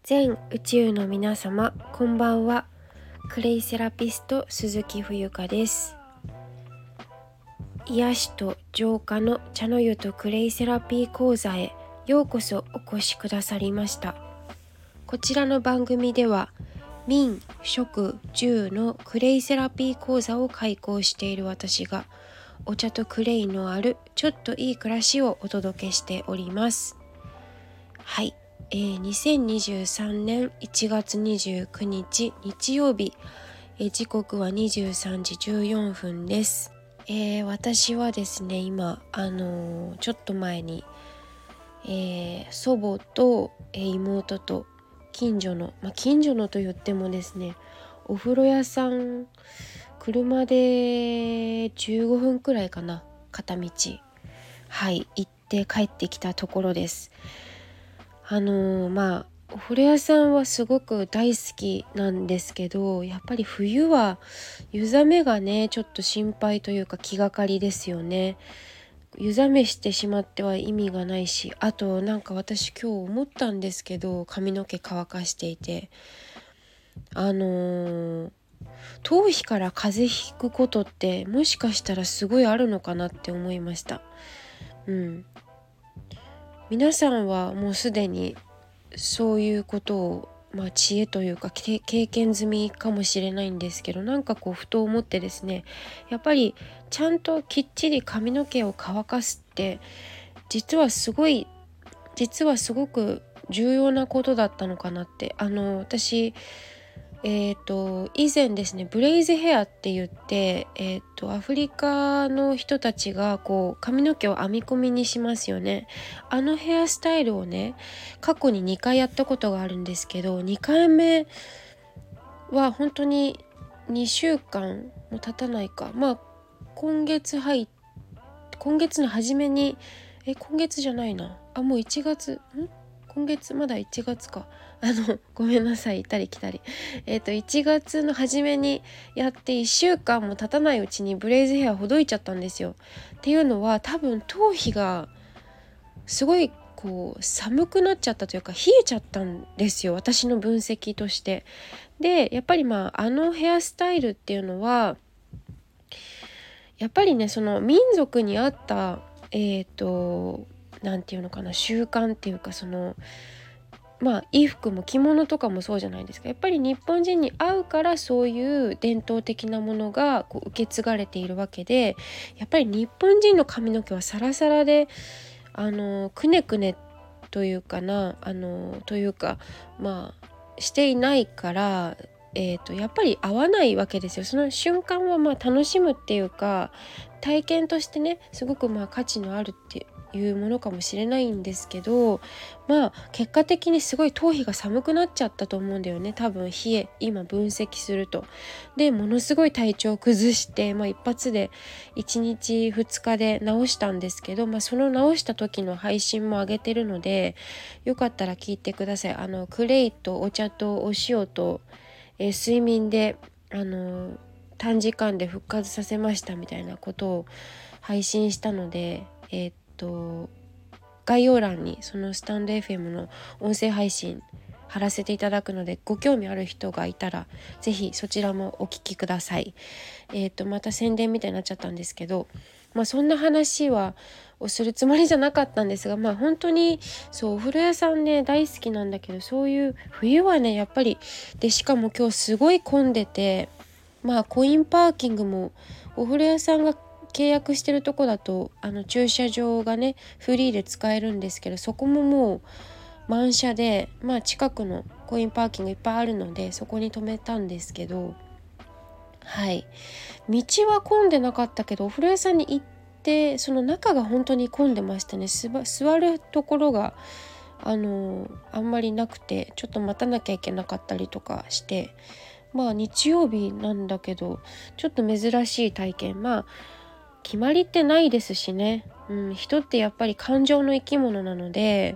全宇宙の皆様、こんばんは。クレイセラピスト鈴木冬香です。癒しと浄化の茶の湯とクレイセラピー講座へようこそお越しくださりました。こちらの番組では民、食、住のクレイセラピー講座を開講している私がお茶とクレイのあるちょっといい暮らしをお届けしております。はい、2023年1月29日日曜日、時刻は23時14分です。私はですね今ちょっと前に、祖母と、妹と近所のと言ってもですね、お風呂屋さん車で15分くらいかな、片道行って帰ってきたところです。お風呂屋さんはすごく大好きなんですけど、やっぱり冬は湯冷めがねちょっと心配というか気がかりですよね。湯冷めしてしまっては意味がないし、あと私今日思ったんですけど、髪の毛乾かしていて頭皮から風邪ひくことってもしかしたらすごいあるのかなって思いました。皆さんはもうすでにそういうことを、知恵というか経験済みかもしれないんですけど、ふと思ってですね、やっぱりちゃんときっちり髪の毛を乾かすって実はすごく重要なことだったのかなって。私以前ですね、ブレイズヘアって言って、アフリカの人たちがこう髪の毛を編み込みにしますよね。あのヘアスタイルをね、過去に2回やったことがあるんですけど、2回目は本当に2週間も経たないか、今月の初めに今月じゃないな、もう1月今月まだ1月か、ごめんなさい、行ったり来たり1月の初めにやって1週間も経たないうちにブレイズヘアほどいちゃったんですよ。っていうのは多分頭皮がすごいこう寒くなっちゃったというか冷えちゃったんですよ、私の分析として。でやっぱりあのヘアスタイルっていうのはやっぱりね、その民族に合ったなんていうのかな、習慣っていうか、衣服も着物とかもそうじゃないですか。やっぱり日本人に合うからそういう伝統的なものがこう受け継がれているわけで、やっぱり日本人の髪の毛はサラサラでくねくねというかなしていないから、やっぱり合わないわけですよ。その瞬間は楽しむっていうか体験としてね、すごく価値のあるっていうものかもしれないんですけど、結果的にすごい頭皮が寒くなっちゃったと思うんだよね、多分今分析すると。でものすごい体調を崩して、一発で1日2日で治したんですけど、その治した時の配信も上げてるので、よかったら聞いてください。クレイとお茶とお塩と睡眠で短時間で復活させましたみたいなことを配信したので、概要欄にそのスタンド FM の音声配信貼らせていただくので、ご興味ある人がいたらぜひそちらもお聞きください。また宣伝みたいになっちゃったんですけど、そんな話をするつもりじゃなかったんですが、本当にそう、お風呂屋さんね大好きなんだけど、そういう冬はねやっぱりで、しかも今日すごい混んでて、コインパーキングもお風呂屋さんが契約してるとこだと駐車場がねフリーで使えるんですけど、そこももう満車で、近くのコインパーキングいっぱいあるのでそこに止めたんですけど、道は混んでなかったけど、お風呂屋さんに行ってその中が本当に混んでましたね。座るところがあんまりなくて、ちょっと待たなきゃいけなかったりとかして、日曜日なんだけどちょっと珍しい体験。決まりってないですしね、人ってやっぱり感情の生き物なので、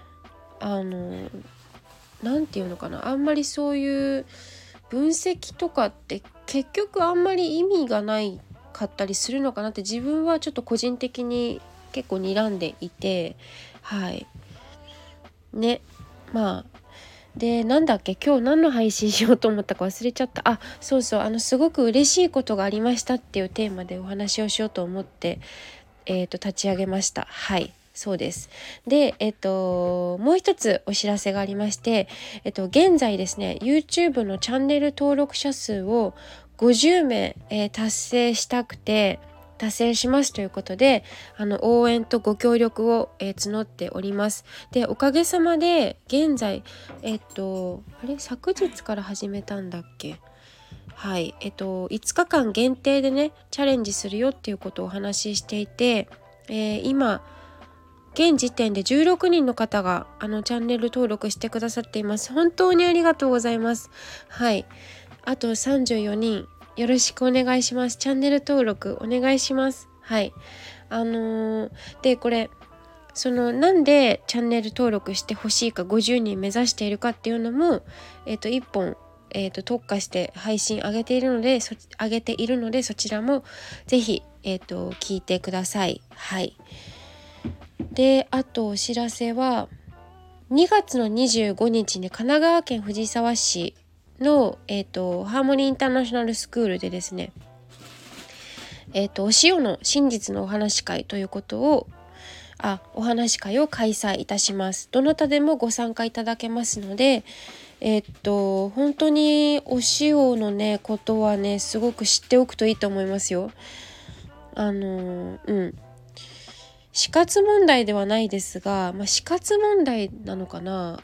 なんていうのかな、あんまりそういう分析とかって結局あんまり意味がないかったりするのかなって自分はちょっと個人的に結構睨んでいて、ね、 でなんだっけ、今日何の配信しようと思ったか忘れちゃった。そうそう、すごく嬉しいことがありましたっていうテーマでお話をしようと思って、立ち上げました。はい、そうです。で、もう一つお知らせがありまして、現在ですね YouTube のチャンネル登録者数を50名、達成したくて、達成しますということで応援とご協力を、募っております。でおかげさまで現在昨日から始めたんだっけ。はい、5日間限定でねチャレンジするよっていうことをお話ししていて、今現時点で16人の方がチャンネル登録してくださっています。本当にありがとうございます。はい、あと34人よろしくお願いします。チャンネル登録お願いします。はい、でこれなんでチャンネル登録してほしいか、50人目指しているかっていうのも1本特化して配信上げているのでそちらもぜひ聞いてください。はい。であとお知らせは2月の25日に神奈川県藤沢市のハーモニーインターナショナルスクールでですねお塩の真実のお話会ということをお話会を開催いたします。どなたでもご参加いただけますので本当にお塩のねことはねすごく知っておくといいと思いますよ。死活問題ではないですが、死活問題なのかな。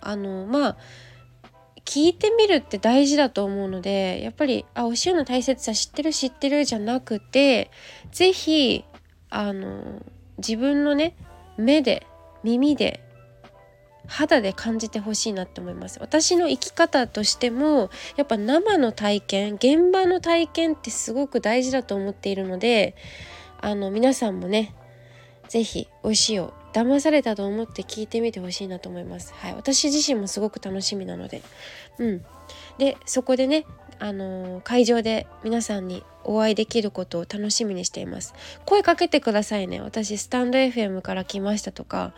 聞いてみるって大事だと思うので、やっぱりお塩の大切さ知ってるじゃなくて、ぜひ自分のね目で耳で肌で感じてほしいなって思います。私の生き方としてもやっぱ生の体験、現場の体験ってすごく大事だと思っているので、皆さんもねぜひお塩騙されたと思って聞いてみてほしいなと思います。はい、私自身もすごく楽しみなので、でそこでね会場で皆さんにお会いできることを楽しみにしています。声かけてくださいね。私スタンド FM から来ましたとか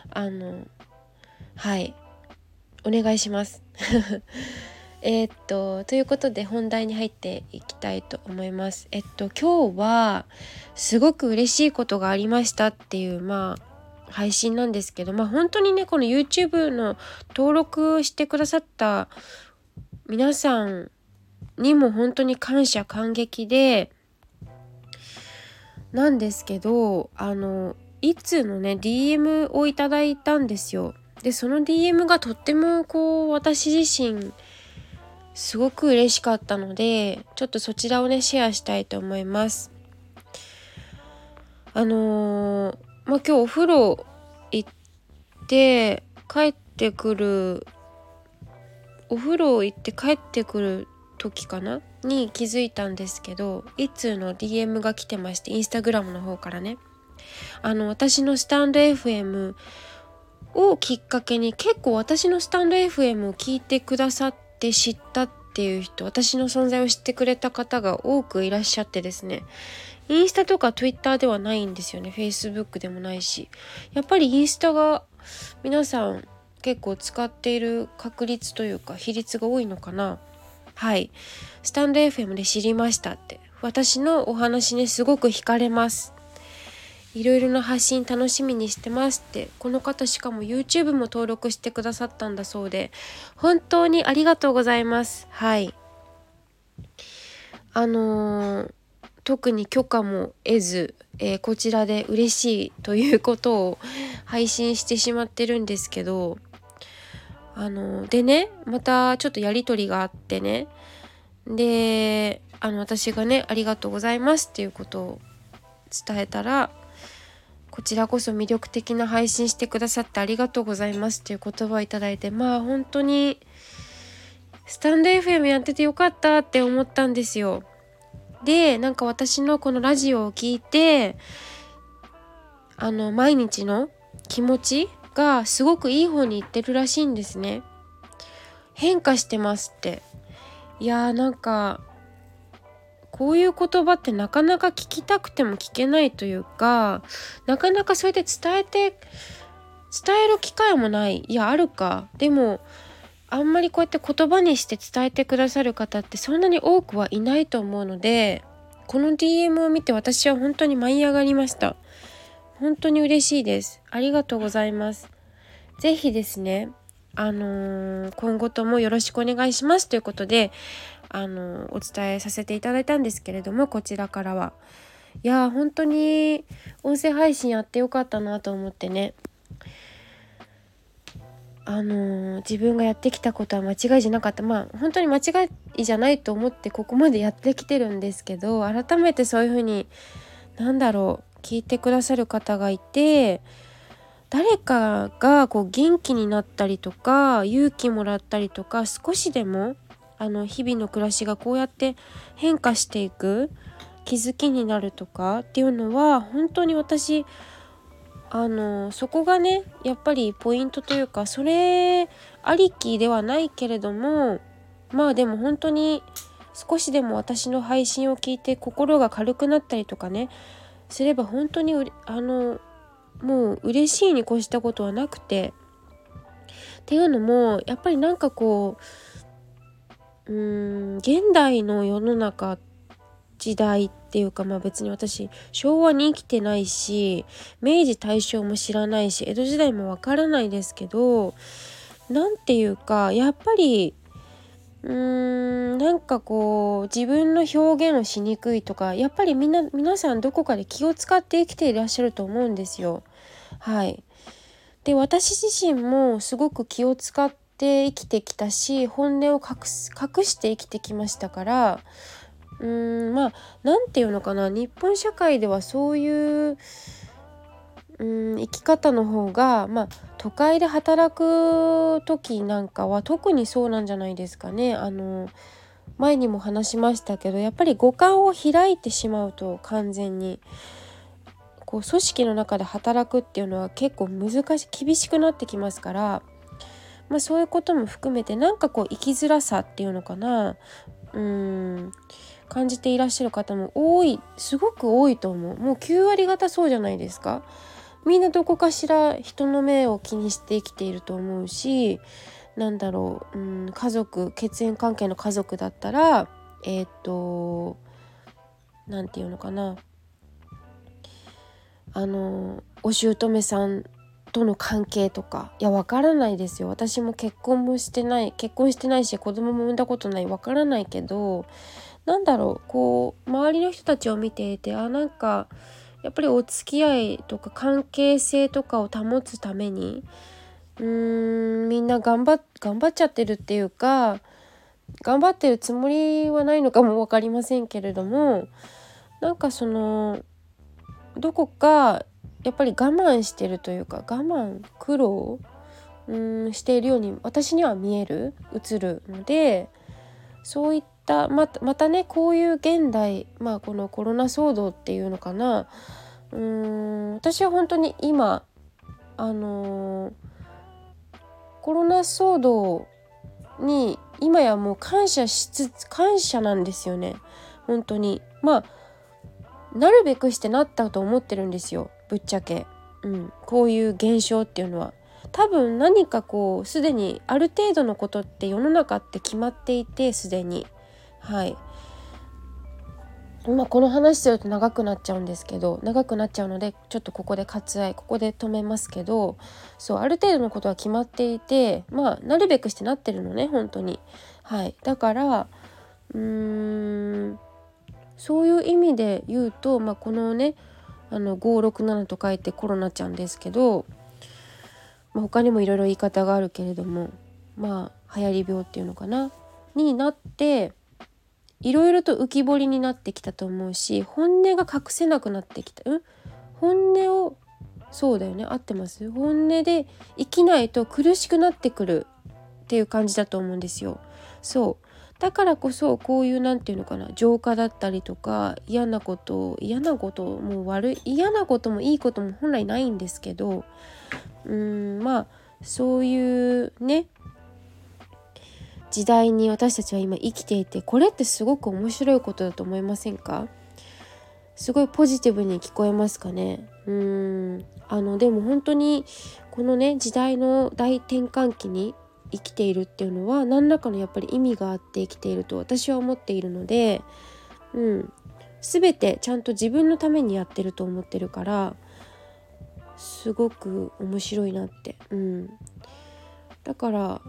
はいお願いしますということで本題に入っていきたいと思います。今日はすごく嬉しいことがありましたっていう配信なんですけど、本当にねこの YouTube の登録してくださった皆さんにも本当に感謝感激でなんですけど、いつのね DM をいただいたんですよ。でその DM がとっても私自身すごく嬉しかったので、ちょっとそちらをねシェアしたいと思います。今日お風呂行って帰ってくる時かなに気づいたんですけど、一通の DM が来てまして、インスタグラムの方からね私のスタンド FM をきっかけに結構私のスタンド FM を聞いてくださって知ったっていう人、私の存在を知ってくれた方が多くいらっしゃってですね、インスタとか Twitter ではないんですよね。 Facebook でもないし、やっぱりインスタが皆さん結構使っている確率というか比率が多いのかな。はい、スタンド FM で知りましたって、私のお話ねすごく惹かれます、いろいろな発信楽しみにしてますって、この方しかも YouTube も登録してくださったんだそうで、本当にありがとうございます。はい、特に許可も得ず、こちらで嬉しいということを配信してしまってるんですけど、でねまたちょっとやり取りがあってね、で私がねありがとうございますっていうことを伝えたら、こちらこそ魅力的な配信してくださってありがとうございますっていう言葉をいただいて、本当にスタンド FM やっててよかったって思ったんですよ。で私のこのラジオを聞いて毎日の気持ちがすごくいい方に行ってるらしいんですね。変化してますって。いやこういう言葉ってなかなか聞きたくても聞けないというか、なかなかそれで伝える機会もない。いやあるか、でもあんまりこうやって言葉にして伝えてくださる方ってそんなに多くはいないと思うので、この DM を見て私は本当に舞い上がりました。本当に嬉しいです。ありがとうございます。ぜひですね、今後ともよろしくお願いしますということで、お伝えさせていただいたんですけれども、こちらからは。いや本当に音声配信やってよかったなと思ってね。自分がやってきたことは間違いじゃなかった。本当に間違いじゃないと思ってここまでやってきてるんですけど、改めてそういう風に聞いてくださる方がいて、誰かがこう元気になったりとか勇気もらったりとか、少しでも日々の暮らしがこうやって変化していく気づきになるとかっていうのは、本当に私そこがねやっぱりポイントというか、それありきではないけれども、でも本当に少しでも私の配信を聞いて心が軽くなったりとかねすれば、本当にもう嬉しいに越したことはなくて、っていうのもやっぱり現代の世の中時代っていうか、別に私昭和に生きてないし、明治大正も知らないし、江戸時代もわからないですけど、なんていうかやっぱり自分の表現をしにくいとか、やっぱり皆さんどこかで気を使って生きていらっしゃると思うんですよ。はい。で、私自身もすごく気を使って生きてきたし、本音を隠して生きてきましたから、なんていうのかな、日本社会ではそういう生き方の方が、都会で働く時なんかは特にそうなんじゃないですかね。前にも話しましたけど、やっぱり五感を開いてしまうと、完全に組織の中で働くっていうのは結構厳しくなってきますから、そういうことも含めて生きづらさっていうのかな、感じていらっしゃる方もすごく多いと思う。もう9割方そうじゃないですか。みんなどこかしら人の目を気にして生きていると思うし、家族、血縁関係の家族だったらなんていうのかな、お姑さんとの関係とか、わからないですよ。私も結婚してないし、子供も産んだことない、わからないけど、周りの人たちを見ていて、やっぱりお付き合いとか関係性とかを保つためにみんな頑張っちゃってるっていうか、頑張ってるつもりはないのかも分かりませんけれども、どこかやっぱり我慢してるというか、苦労しているように私には映るので、そういったまたね、こういう現代、このコロナ騒動っていうのかな、私は本当に今コロナ騒動に今やもう感謝なんですよね。本当になるべくしてなったと思ってるんですよ、ぶっちゃけ。こういう現象っていうのは多分何かすでにある程度のことって世の中って決まっていて、すでにこの話すると長くなっちゃうのでちょっとここで止めますけど、そうある程度のことは決まっていて、なるべくしてなってるのね、本当に。だからそういう意味で言うと、このね567と書いてコロナちゃんですけど、他にもいろいろ言い方があるけれども、流行り病っていうのかなになって、いろいろと浮き彫りになってきたと思うし、本音が隠せなくなってきた。本音をそうだよね、合ってます。本音で生きないと苦しくなってくるっていう感じだと思うんですよ。そうだからこそこういう浄化だったりとか、嫌なことも嫌なこともいいことも本来ないんですけど、そういうね時代に私たちは今生きていて、これってすごく面白いことだと思いませんか？すごいポジティブに聞こえますかね。でも本当にこのね時代の大転換期に生きているっていうのは何らかのやっぱり意味があって生きていると私は思っているので、全てちゃんと自分のためにやってると思ってるから、すごく面白いなって、だから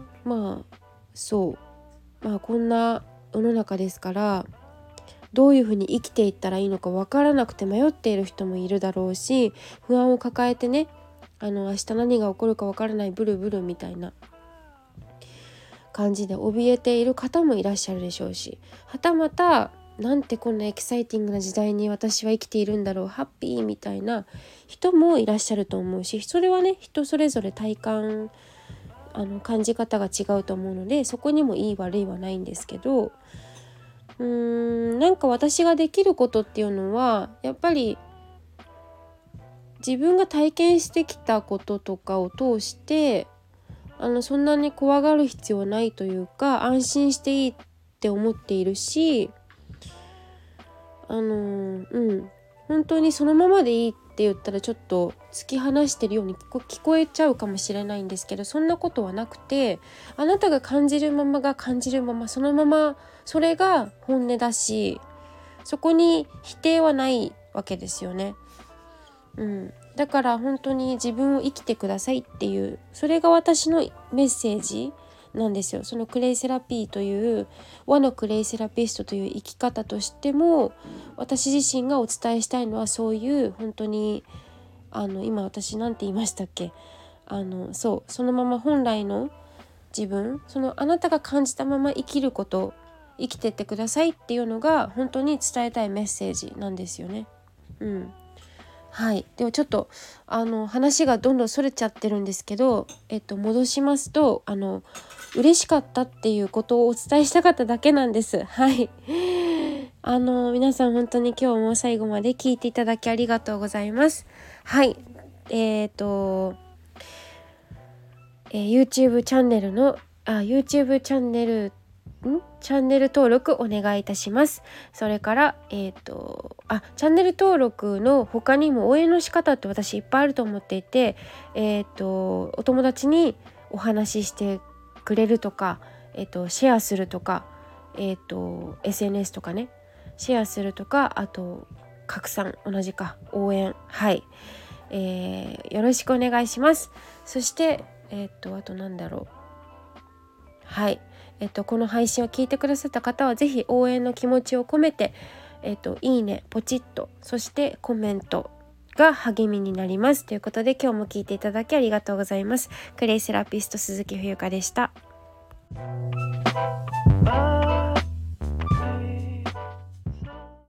こんな世の中ですから、どういうふうに生きていったらいいのか分からなくて迷っている人もいるだろうし、不安を抱えてね、明日何が起こるか分からないブルブルみたいな感じで怯えている方もいらっしゃるでしょうし、はたまたなんてこんなエキサイティングな時代に私は生きているんだろう、ハッピーみたいな人もいらっしゃると思うし、それはね人それぞれ体感感じ方が違うと思うので、そこにもいい悪いはないんですけど、なんか私ができることっていうのはやっぱり自分が体験してきたこととかを通して、そんなに怖がる必要はないというか、安心していいって思っているし、本当にそのままでいいって言ったらちょっと突き放してるように聞こえちゃうかもしれないんですけど、そんなことはなくて、あなたが感じるままが感じるまま、そのままそれが本音だし、そこに否定はないわけですよね。だから本当に自分を生きてくださいっていう、それが私のメッセージなんですよ。そのクレイセラピーという和のクレイセラピストという生き方としても、私自身がお伝えしたいのはそういう本当に今私なんて言いましたっけ、そのまま本来の自分、そのあなたが感じたまま生きること、生きてってくださいっていうのが本当に伝えたいメッセージなんですよね。はい、ではちょっと話がどんどんそれちゃってるんですけど、戻しますと嬉しかったっていうことをお伝えしたかっただけなんです。はい。皆さん本当に今日も最後まで聞いていただきありがとうございます。はい。YouTube チャンネルのYouTube チャンネル登録お願いいたします。それからチャンネル登録の他にも応援の仕方って私いっぱいあると思っていて、お友達にお話ししてくれるとか、シェアするとか、SNS とかねシェアするとか、あと拡散、同じか応援、はい、よろしくお願いします。そしてあとなんだろう、はい、この配信を聞いてくださった方はぜひ応援の気持ちを込めて、いいねポチッと、そしてコメントが励みになりますということで、今日も聞いていただきありがとうございます。クレイセラピスト鈴木冬香でした。